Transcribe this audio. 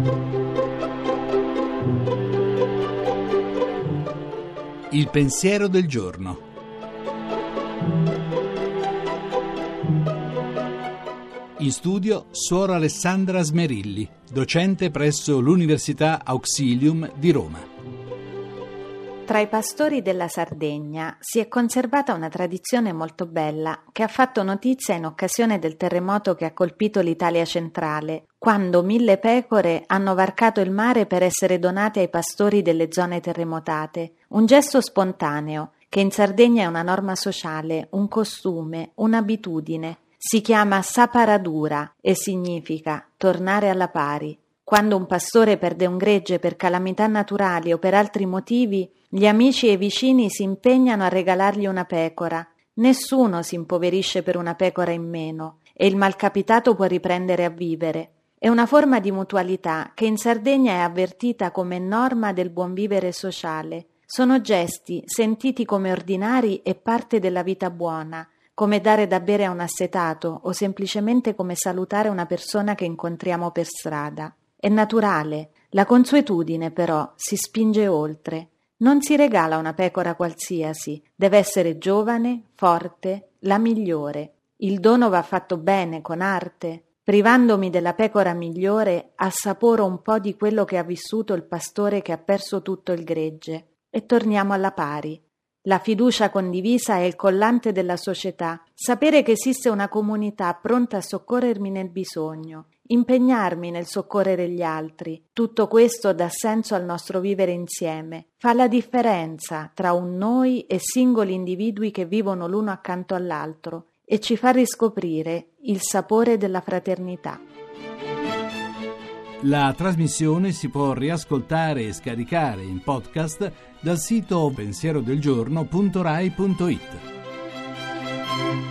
Il pensiero del giorno. In studio Suor Alessandra Smerilli, docente presso l'Università Auxilium di Roma. Tra i pastori della Sardegna si è conservata una tradizione molto bella che ha fatto notizia in occasione del terremoto che ha colpito l'Italia centrale, quando 1000 pecore hanno varcato il mare per essere donate ai pastori delle zone terremotate. Un gesto spontaneo, che in Sardegna è una norma sociale, un costume, un'abitudine. Si chiama saparadura e significa tornare alla pari. Quando un pastore perde un gregge per calamità naturali o per altri motivi, gli amici e i vicini si impegnano a regalargli una pecora. Nessuno si impoverisce per una pecora in meno e il malcapitato può riprendere a vivere. È una forma di mutualità che in Sardegna è avvertita come norma del buon vivere sociale. Sono gesti sentiti come ordinari e parte della vita buona, come dare da bere a un assetato o semplicemente come salutare una persona che incontriamo per strada. È naturale, la consuetudine però si spinge oltre. Non si regala una pecora qualsiasi, deve essere giovane, forte, la migliore. Il dono va fatto bene, con arte. Privandomi della pecora migliore, assaporo un po' di quello che ha vissuto il pastore che ha perso tutto il gregge. E torniamo alla pari. La fiducia condivisa è il collante della società. Sapere che esiste una comunità pronta a soccorrermi nel bisogno, impegnarmi nel soccorrere gli altri, tutto questo dà senso al nostro vivere insieme. Fa la differenza tra un noi e singoli individui che vivono l'uno accanto all'altro e ci fa riscoprire il sapore della fraternità. La trasmissione si può riascoltare e scaricare in podcast dal sito pensierodelgiorno.rai.it.